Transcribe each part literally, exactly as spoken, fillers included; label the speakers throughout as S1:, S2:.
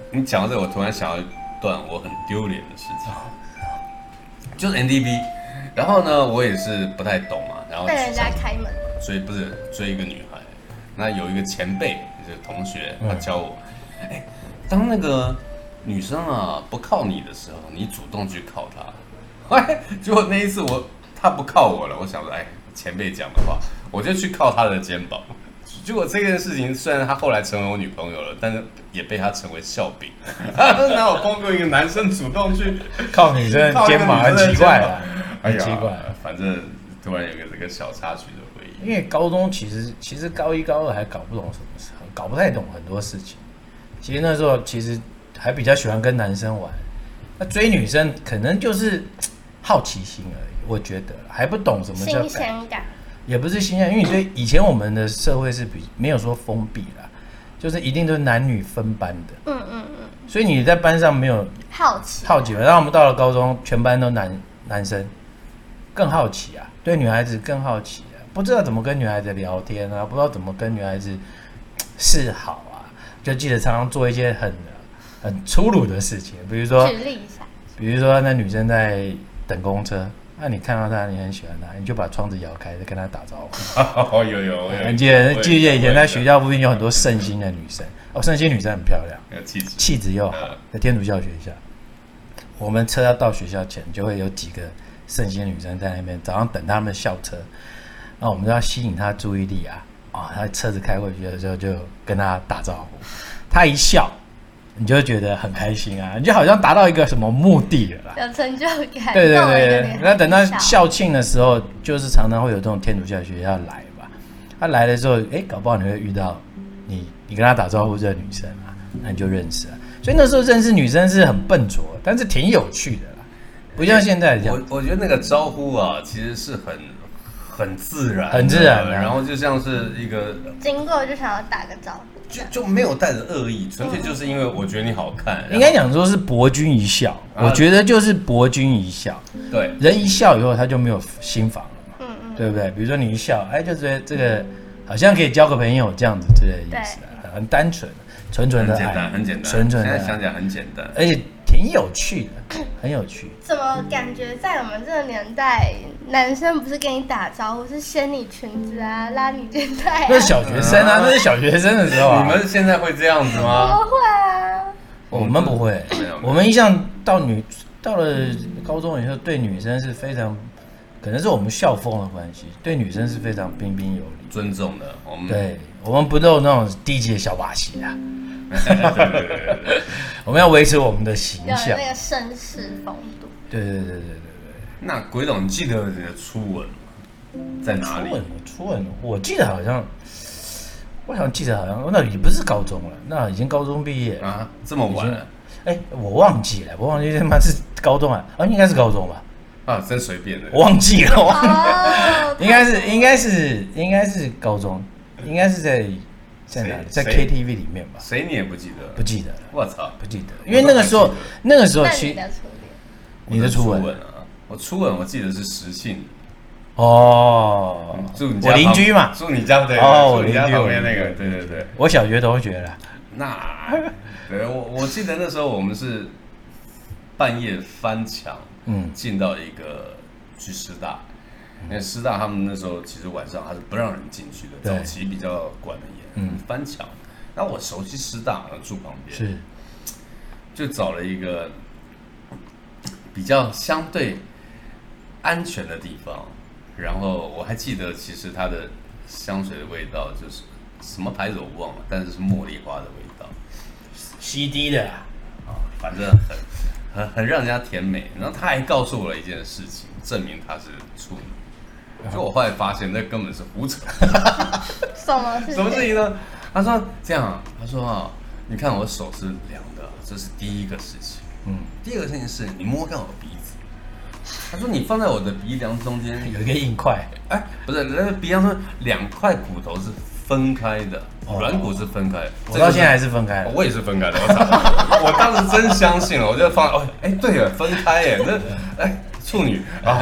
S1: 你讲到这个，我突然想到一段我很丢脸的事情，就是 N D B， 然后呢，我也是不太懂嘛，然后
S2: 被人家开门，
S1: 追不是追一个女孩，那有一个前辈，就是同学，他教我，哎、嗯，当那个女生啊不靠你的时候，你主动去靠她，哎，结果那一次我她不靠我了，我想说，哎，前辈讲的话，我就去靠她的肩膀。结果这件事情虽然她后来成为我女朋友了，但是也被她成为笑柄。哪有碰过一个男生主动去
S3: 靠女生的肩膀，很奇怪啊，
S1: 很
S3: 奇怪。
S1: 反正突然有个这个小插曲的回忆。
S3: 因为高中其实其实高一高二还搞不懂什么事，搞不太懂很多事情。其实那时候其实还比较喜欢跟男生玩，那追女生可能就是好奇心而已，我觉得还不懂什么叫
S2: 新鲜感。
S3: 也不是新鲜，因为你对以前我们的社会是比没有说封闭啦，就是一定都是男女分班的。
S2: 嗯嗯嗯。
S3: 所以你在班上没有
S2: 好奇，
S3: 好奇，然后我们到了高中，全班都男男生，更好奇啊，对女孩子更好奇啊，不知道怎么跟女孩子聊天啊，不知道怎么跟女孩子示好啊，就记得常常做一些很很粗鲁的事情，比如说，
S2: 举例一下，
S3: 比如说那女生在等公车。那、啊、你看到他，你很喜欢他，你就把窗子摇开，再跟他打招呼。
S1: 哦，有有有。
S3: 你记得记不记得以前在学校附近有很多圣心的女生？哦，圣心女生很漂亮，
S1: 气质
S3: 气质又好，在天主教学校。我们车要到学校前，就会有几个圣心女生在那边，早上等他们的校车。那我们就要吸引她注意力啊！啊、哦，她车子开过去的时候，就跟她打招呼。她一笑，你就觉得很开心啊，你就好像达到一个什么目的了啦，
S2: 有成就感。
S3: 对对对对，那等到校庆的时候，就是常常会有这种天主教学校来吧。他来的时候，哎，搞不好你会遇到你，你跟他打招呼这个女生啊，那你就认识了。所以那时候认识女生是很笨拙，但是挺有趣的啦，不像现在这样。
S1: 我我觉得那个招呼啊，其实是很很自然，
S3: 很自然的，
S1: 然后就像是一个
S2: 经过就想要打个招呼。
S1: 就就没有带着恶意，纯粹就是因为我觉得你好看。
S3: 应该讲说是博君一笑，啊、我觉得就是博君一笑。
S1: 对，
S3: 人一笑以后他就没有心防了嘛，
S2: 嗯嗯，
S3: 对不对？比如说你一笑，哎，就觉得这个好像可以交个朋友这样子之类的意思、啊，很单纯，纯纯的爱，
S1: 很简单，很简单，
S3: 纯纯的。
S1: 现在想起来很简单，
S3: 而且挺有趣的，很有趣。
S2: 怎么感觉在我们这个年代，男生不是跟你打招呼，是掀你裙子啊，拉你肩带、啊？
S3: 那是小学生啊，那是小学生的时候啊。
S1: 你们现在会这样子吗？
S2: 不会啊，
S3: 我们不会。我们一向到女到了高中以后，对女生是非常，可能是我们校风的关系，对女生是非常彬彬有礼、
S1: 尊重的。我们
S3: 对我们不都有那种低级的小把戏啊。
S1: 对对对对对，
S3: 我们要维持我们的形象，
S2: 有那个绅士风度。
S3: 对对对对对对。
S1: 那鬼董，你记得你的初吻吗？在哪里？
S3: 初吻，初吻，我记得好像，我好像记得好像，那也不是高中了，那已经高中毕业
S1: 啊，这么晚了。
S3: 哎、欸，我忘记了，我忘记他妈是高中啊，啊，应该是高中吧？
S1: 啊，真随便的，
S3: 我忘记了，忘记
S2: 了，
S3: 应该是应该是应该是高中，应该是在在哪里？在 K T V 里面吧？
S1: 谁你也不记得？
S3: 不记得了，
S1: 我操，
S3: 不记得，因为那个时候那个时候其实
S1: 你的初吻啊，我初吻我记得是实信。
S3: 哦，
S1: 住你家
S3: 我邻居嘛，
S1: 住你家对，
S3: 哦，
S1: 我邻居旁边那个，对对对，
S3: 我小学同学了。
S1: 那，对我我记得那时候我们是半夜翻墙，嗯，进到一个去师大，因为师大他们那时候其实晚上还是不让人进去的，早期比较管得严，嗯，翻墙。那我熟悉师大，住旁边，
S3: 是，
S1: 就找了一个比较相对安全的地方。然后我还记得，其实它的香水的味道就是什么牌子我忘了，但是是茉莉花的味道
S3: ，C D 的
S1: 啊，反正很很很让人家甜美。然后他还告诉我了一件事情，证明他是处女。就我后来发现，那根本是胡扯。
S2: 什么事情？
S1: 什么事情呢？他说这样，他说啊，你看我手是凉的，这是第一个事情。嗯，第二个事情是你摸看我鼻子。他说：“你放在我的鼻梁中间
S3: 有一个硬块，
S1: 哎，不是，那个鼻梁中两块骨头是分开的，软骨是分开的。
S3: 我到现在还是分开的，
S1: 我也是分开的。我操！我当时真相信了，我就放哦，哎，对了，分开耶，那哎处女啊，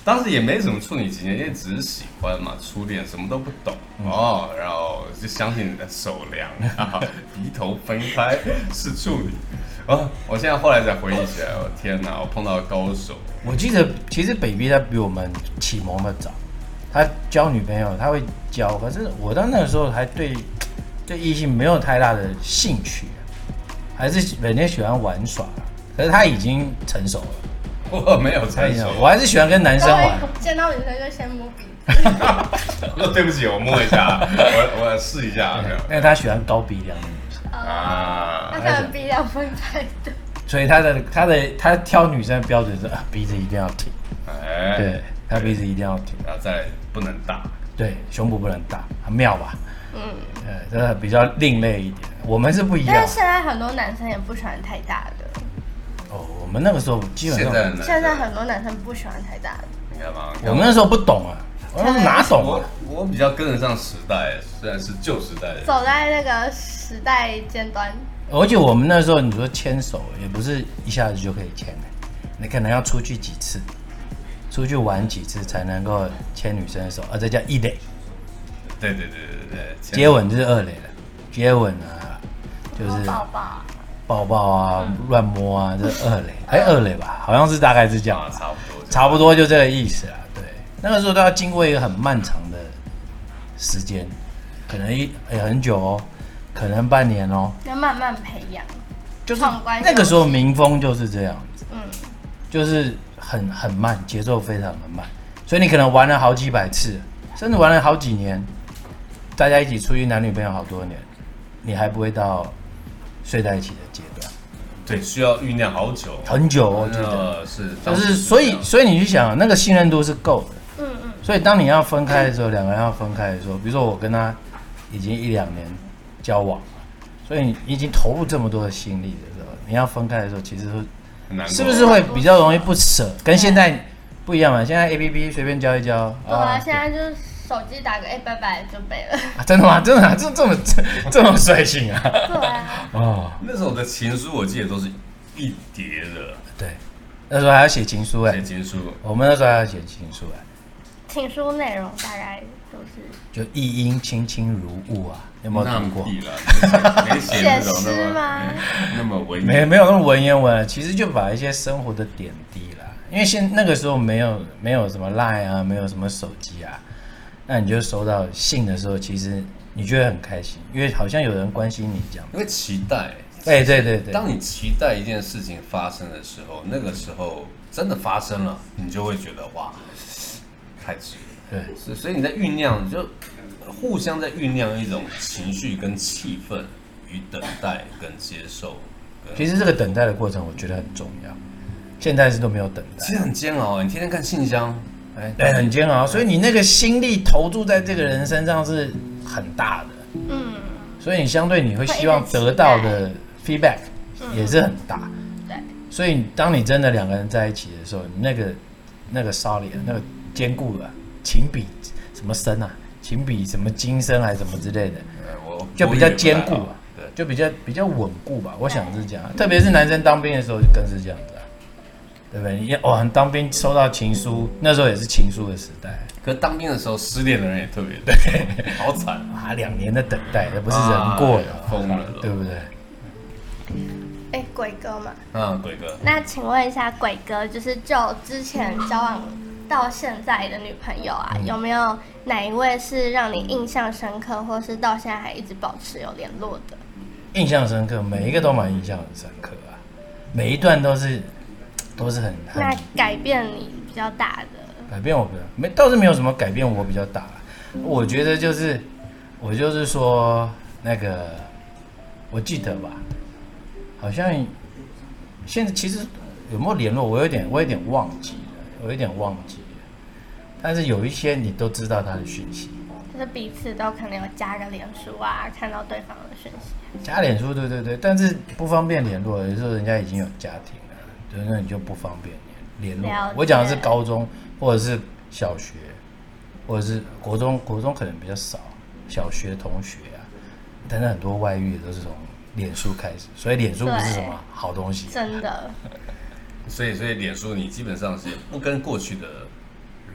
S1: 当时也没什么处女情节，因为只是喜欢嘛，初恋什么都不懂、嗯、哦，然后就相信你的手凉，鼻头分开是处女。哦，我现在后来才回忆起来，我天哪，我碰到高手。
S3: 我记得其实 baby 他比我们启蒙的早，他交女朋友他会交，可是我到那个时候还对对异性没有太大的兴趣，还是人家喜欢玩耍，可是他已经成熟了。
S1: 我没有成熟，
S3: 我还是喜欢跟男生玩。
S2: 见到女生就先摸鼻子。
S1: 我说对不起，我摸一下，我我试一下，没有。
S3: 因为他喜欢高鼻梁的女生
S2: 啊，他喜欢鼻梁分开的，
S3: 所以他的他的他挑女生的标准是啊，鼻子一定要挺，哎，对，他鼻子一定要挺，
S1: 然后再不能大，
S3: 对，胸部不能大，很妙吧？嗯，呃，这个比较另类一点，我们是不一样。
S2: 但是现在很多男生也不喜欢太大的。
S3: 哦，我们那个时候基本上，
S1: 现在
S2: 现在很多男生不喜欢太大的。
S1: 你看嘛，
S3: 我们那时候不懂啊，我那时候哪懂啊？
S1: 我我比较跟得上时代，虽然是旧时代的，
S2: 走在那个时代尖端。
S3: 而且我们那时候，你说牵手也不是一下子就可以牵的，你可能要出去几次，出去玩几次才能够牵女生的手，啊，这叫一垒。
S1: 对对对对对，
S3: 接吻就是二垒了，接吻啊，就是
S2: 抱抱。
S3: 抱抱啊，乱、嗯、摸啊，这是二垒，哎、欸，二垒吧，好像是大概是这样、啊，
S1: 差不多，
S3: 差不多就这个意思啊。对，那个时候都要经过一个很漫长的时间，可能一也、欸、很久哦，可能半年哦，
S2: 要慢慢培养。
S3: 就是那个时候民风就是这样子，嗯，就是很很慢，节奏非常的慢，所以你可能玩了好几百次，甚至玩了好几年，大家一起出去男女朋友好多年，你还不会到睡在一起的阶段，
S1: 对，需要酝酿好久，
S3: 很久，我觉得
S1: 是，
S3: 就是所以，所以你去想，那个信任度是够的，嗯嗯，所以当你要分开的时候，两个人要分开的时候，比如说我跟他已经一两年交往了，所以你已经投入这么多的心力的时候，你要分开的时候，其实会是不是会比较容易不舍？跟现在不一样嘛，现在 A P P 随便交一交，
S2: 对啊，现在就是。手机打个哎拜拜就没了、
S3: 啊、真的吗？真的、啊、这这么这这么率性啊？
S2: 对啊。
S3: 哦，
S1: 那时候的情书我记得都是一叠的。
S3: 对，那时候还要写情书哎、欸。
S1: 写情书。我
S3: 们那时候还要写情书哎、欸。
S2: 情书内容大概都是
S3: 就一阴轻轻如雾啊，有没有听过？
S1: 没写那种
S2: 诗吗？
S1: 那么文言，
S3: 没没有那么文言文，其实就把一些生活的点滴啦。因为现那个时候没有没有什么 Line 啊，没有什么手机啊。那你就收到信的时候，其实你觉得很开心，因为好像有人关心你这样。
S1: 因为期待，
S3: 对对对对。
S1: 当你期待一件事情发生的时候，那个时候真的发生了，你就会觉得哇，太值了。
S3: 对，
S1: 是，所以你在酝酿，就互相在酝酿一种情绪跟气氛与等待跟接受。
S3: 其实这个等待的过程，我觉得很重要。现在是都没有等待，
S1: 其实很煎熬。你天天看信箱。
S3: 哎，对，很煎熬，所以你那个心力投注在这个人身上是很大的，嗯，所以你相对你会希望得到的 feedback 也是很大，
S2: 对，
S3: 所以当你真的两个人在一起的时候，你那个那个 solid 那个坚固啊，情比什么深啊，情比什么金深还是什么之类的，就比较坚固啊，对，就比较比较稳固吧，我想是这样，特别是男生当兵的时候就更是这样子。对不对？你哦，当兵收到情书，那时候也是情书的时代。
S1: 可是当兵的时候，失恋的人也特别多，好惨
S3: 啊！两年的等待，那不是人过的，
S1: 疯了，
S3: 对不对？
S2: 哎，鬼哥嘛，
S1: 嗯，鬼哥。
S2: 那请问一下，鬼哥，就是就之前交往到现在的女朋友啊，嗯、有没有哪一位是让你印象深刻，或是到现在还一直保持有联络的？
S3: 印象深刻，每一个都蛮印象很深刻啊，每一段都是。都是很很
S2: 那改变你比较大的，
S3: 改变我比较没倒是没有什么改变我比较大，我觉得就是我就是说那个我记得吧，好像现在其实有没有联络我有点我有点忘记了，我有点忘记了，但是有一些你都知道他的讯息，
S2: 就是彼此都可能有加个脸书啊，看到对方的讯息。
S3: 加脸书对对对，但是不方便联络，有时候人家已经有家庭。那你就不方便联络。我讲的是高中或者是小学，或者是国中，国中可能比较少。小学同学啊，但是很多外遇都是从脸书开始，所以脸书不是什么好东西。
S2: 真的。
S1: 所以，所以脸书你基本上是不跟过去的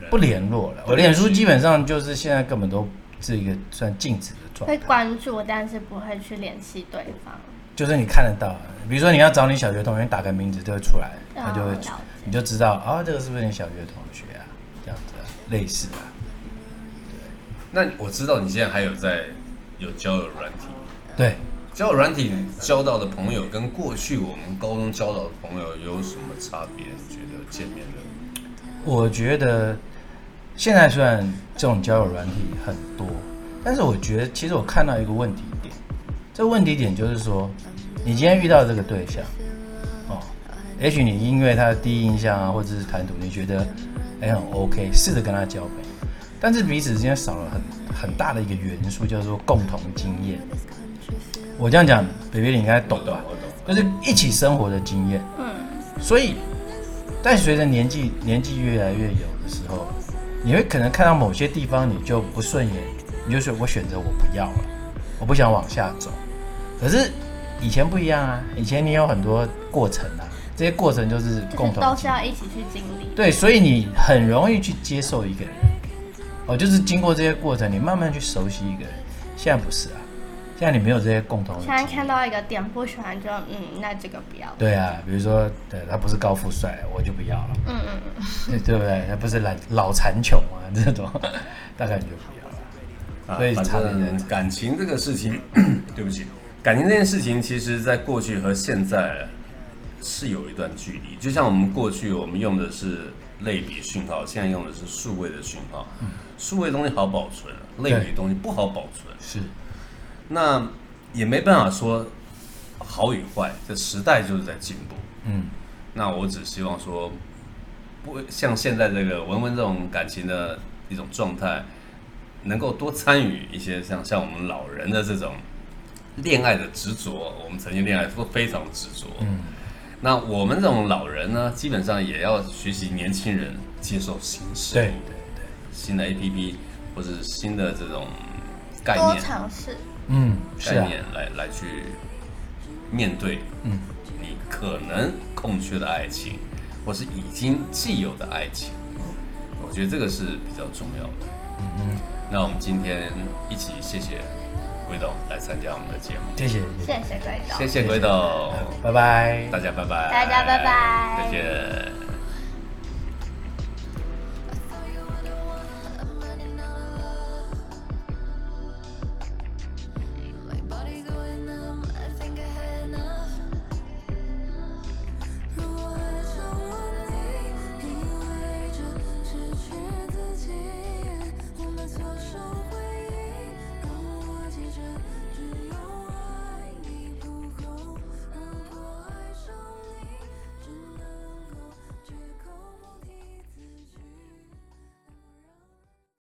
S3: 不联络了。我脸书基本上就是现在根本都是一个算静止的状态，
S2: 会关注，但是不会去联系对方。
S3: 就是你看得到，比如说你要找你小学同学，打个名字就会出来，他就会，
S2: 哦、
S3: 你就知道啊、哦，这个是不是你小学同学啊？这样子、啊、类似啊。
S1: 那我知道你现在还有在有交友软体，
S3: 对，
S1: 交友软体交到的朋友跟过去我们高中交到的朋友有什么差别？你觉得见面的？
S3: 我觉得现在虽然这种交友软体很多，但是我觉得其实我看到一个问题点，这个问题点就是说，你今天遇到这个对象，哦，也许你因为他的第一印象啊，或者是谈吐，你觉得哎很 OK， 试着跟他交朋友，但是彼此之间少了很很大的一个元素，叫做共同经验。我这样讲，北北你应该懂吧？就是一起生活的经验。
S2: 嗯。
S3: 所以，但随着年纪年纪越来越有的时候，你会可能看到某些地方你就不顺眼，你就说我选择我不要了，我不想往下走。可是以前不一样啊，以前你有很多过程啊，这些过程就是共同，
S2: 就是都是要一起去经历。
S3: 对，所以你很容易去接受一个人。哦，就是经过这些过程，你慢慢去熟悉一个人。现在不是啊，现在你没有这些共同的。
S2: 现在看到一个点不喜欢就嗯，那这个不要。
S3: 对啊，比如说，对他不是高富帅，我就不要了。
S2: 嗯嗯嗯，
S3: 对对不对？他不是老老残穷啊，这种大概你就不要了。
S1: 啊、
S3: 所以
S1: 反正感情这个事情，对不起，感情这件事情，其实在过去和现在是有一段距离。就像我们过去我们用的是类比讯号，现在用的是数位的讯号。数位的东西好保存，类比的东西不好保存。
S3: 是，
S1: 那也没办法说好与坏，这时代就是在进步。
S3: 嗯，
S1: 那我只希望说，不像现在这个文文这种感情的一种状态，能够多参与一些像像我们老人的这种恋爱的执着。我们曾经恋爱都非常执着。
S3: 嗯，
S1: 那我们这种老人呢，基本上也要学习年轻人接受新事物，
S3: 对对对，
S1: 新的 A P P 或者是新的这种概
S2: 多
S1: 念，
S2: 尝试。
S3: 嗯，是啊，
S1: 概念来来去面对，
S3: 嗯，
S1: 你可能空缺的爱情，或是已经既有的爱情，我觉得这个是比较重要的。
S3: 嗯嗯，
S1: 那我们今天一起谢谢鬼董来参加我们的节目，
S3: 谢谢
S2: 谢谢鬼董，
S1: 谢谢鬼董，
S3: 拜拜，
S1: 大家拜拜，
S2: 大家拜拜
S1: 再见。